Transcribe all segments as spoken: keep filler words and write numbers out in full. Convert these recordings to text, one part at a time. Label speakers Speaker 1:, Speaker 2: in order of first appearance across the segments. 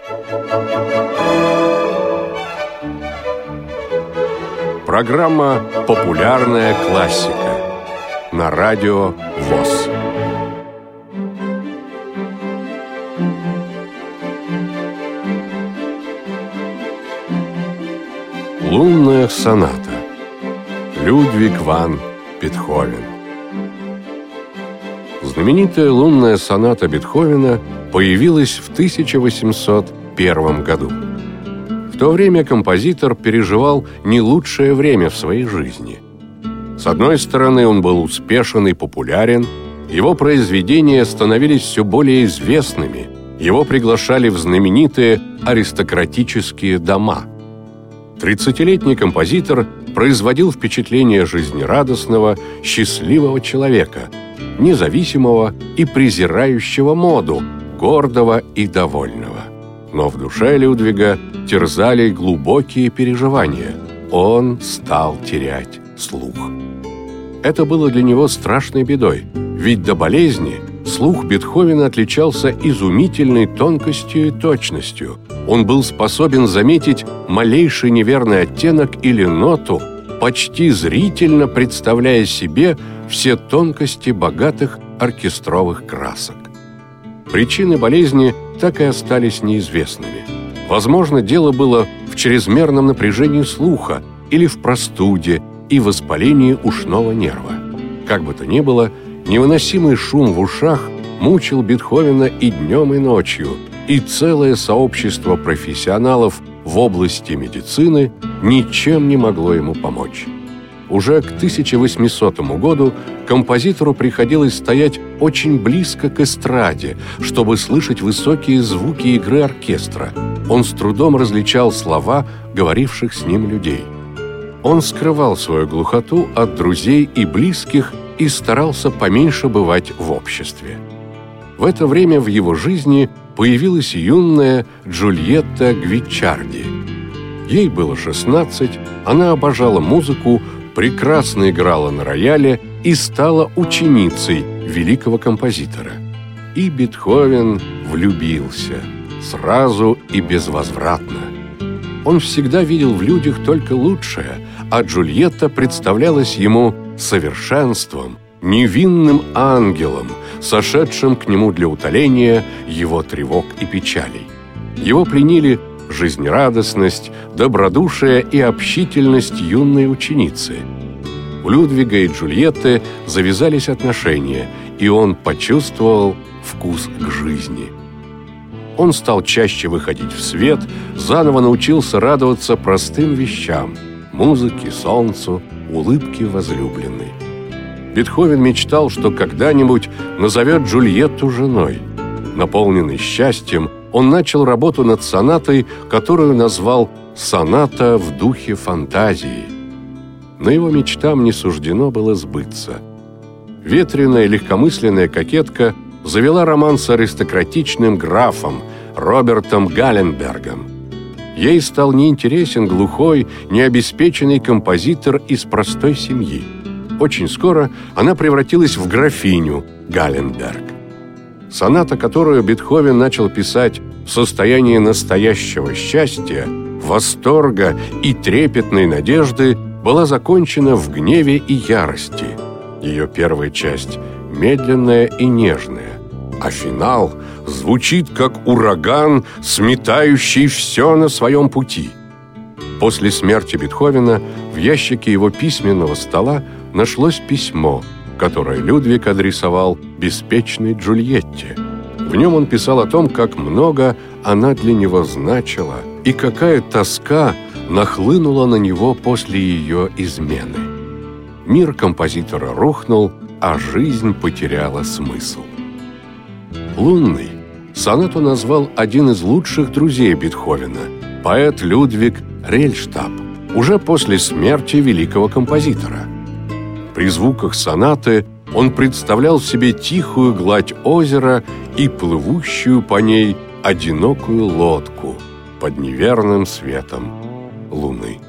Speaker 1: Программа «Популярная классика» на радио ВОС. Лунная соната. Людвиг ван Бетховен. Знаменитая лунная соната Бетховена появилась в тысяча восемьсот первом году. В то время композитор переживал не лучшее время в своей жизни. С одной стороны, он был успешен и популярен, его произведения становились все более известными, его приглашали в знаменитые аристократические дома. Тридцатилетний композитор производил впечатление жизнерадостного, счастливого человека, независимого и презирающего моду, гордого и довольного. Но в душе Людвига терзали глубокие переживания. Он стал терять слух. Это было для него страшной бедой, ведь до болезни слух Бетховена отличался изумительной тонкостью и точностью. Он был способен заметить малейший неверный оттенок или ноту, почти зрительно представляя себе все тонкости богатых оркестровых красок. Причины болезни так и остались неизвестными. Возможно, дело было в чрезмерном напряжении слуха или в простуде и воспалении ушного нерва. Как бы то ни было, невыносимый шум в ушах мучил Бетховена и днем, и ночью, и целое сообщество профессионалов в области медицины ничем не могло ему помочь. Уже к тысяча восьмисотому году композитору приходилось стоять очень близко к эстраде, чтобы слышать высокие звуки игры оркестра. Он с трудом различал слова говоривших с ним людей. Он скрывал свою глухоту от друзей и близких и старался поменьше бывать в обществе. В это время в его жизни появилась юная Джульетта Гвиччарди. Ей было шестнадцать, она обожала музыку, прекрасно играла на рояле и стала ученицей великого композитора. И Бетховен влюбился сразу и безвозвратно. Он всегда видел в людях только лучшее, а Джульетта представлялась ему совершенством, невинным ангелом, сошедшим к нему для утоления его тревог и печалей. Его пленили жизнерадостность, добродушие и общительность юной ученицы. У Людвига и Джульетты завязались отношения, и он почувствовал вкус к жизни. Он стал чаще выходить в свет, заново научился радоваться простым вещам – музыке, солнцу, улыбке возлюбленной. Бетховен мечтал, что когда-нибудь назовет Джульетту женой. Наполненный счастьем, он начал работу над сонатой, которую назвал «Соната в духе фантазии». Но его мечтам не суждено было сбыться. Ветреная легкомысленная кокетка завела роман с аристократичным графом Робертом Галленбергом. Ей стал неинтересен глухой, необеспеченный композитор из простой семьи. Очень скоро она превратилась в графиню Галленберг. Соната, которую Бетховен начал писать в состоянии настоящего счастья, восторга и трепетной надежды, была закончена в гневе и ярости. Ее первая часть медленная и нежная, а финал звучит как ураган, сметающий все на своем пути. После смерти Бетховена в ящике его письменного стола нашлось письмо, которое Людвиг адресовал беспечной Джульетте. В нем он писал о том, как много она для него значила и какая тоска нахлынула на него после ее измены. Мир композитора рухнул, а жизнь потеряла смысл. «Лунный» сонату назвал один из лучших друзей Бетховена, поэт Людвиг Рельштаб, уже после смерти великого композитора. При звуках сонаты он представлял себе тихую гладь озера и плывущую по ней одинокую лодку под неверным светом луны.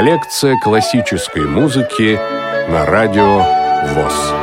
Speaker 1: Коллекция классической музыки на радио ВОС.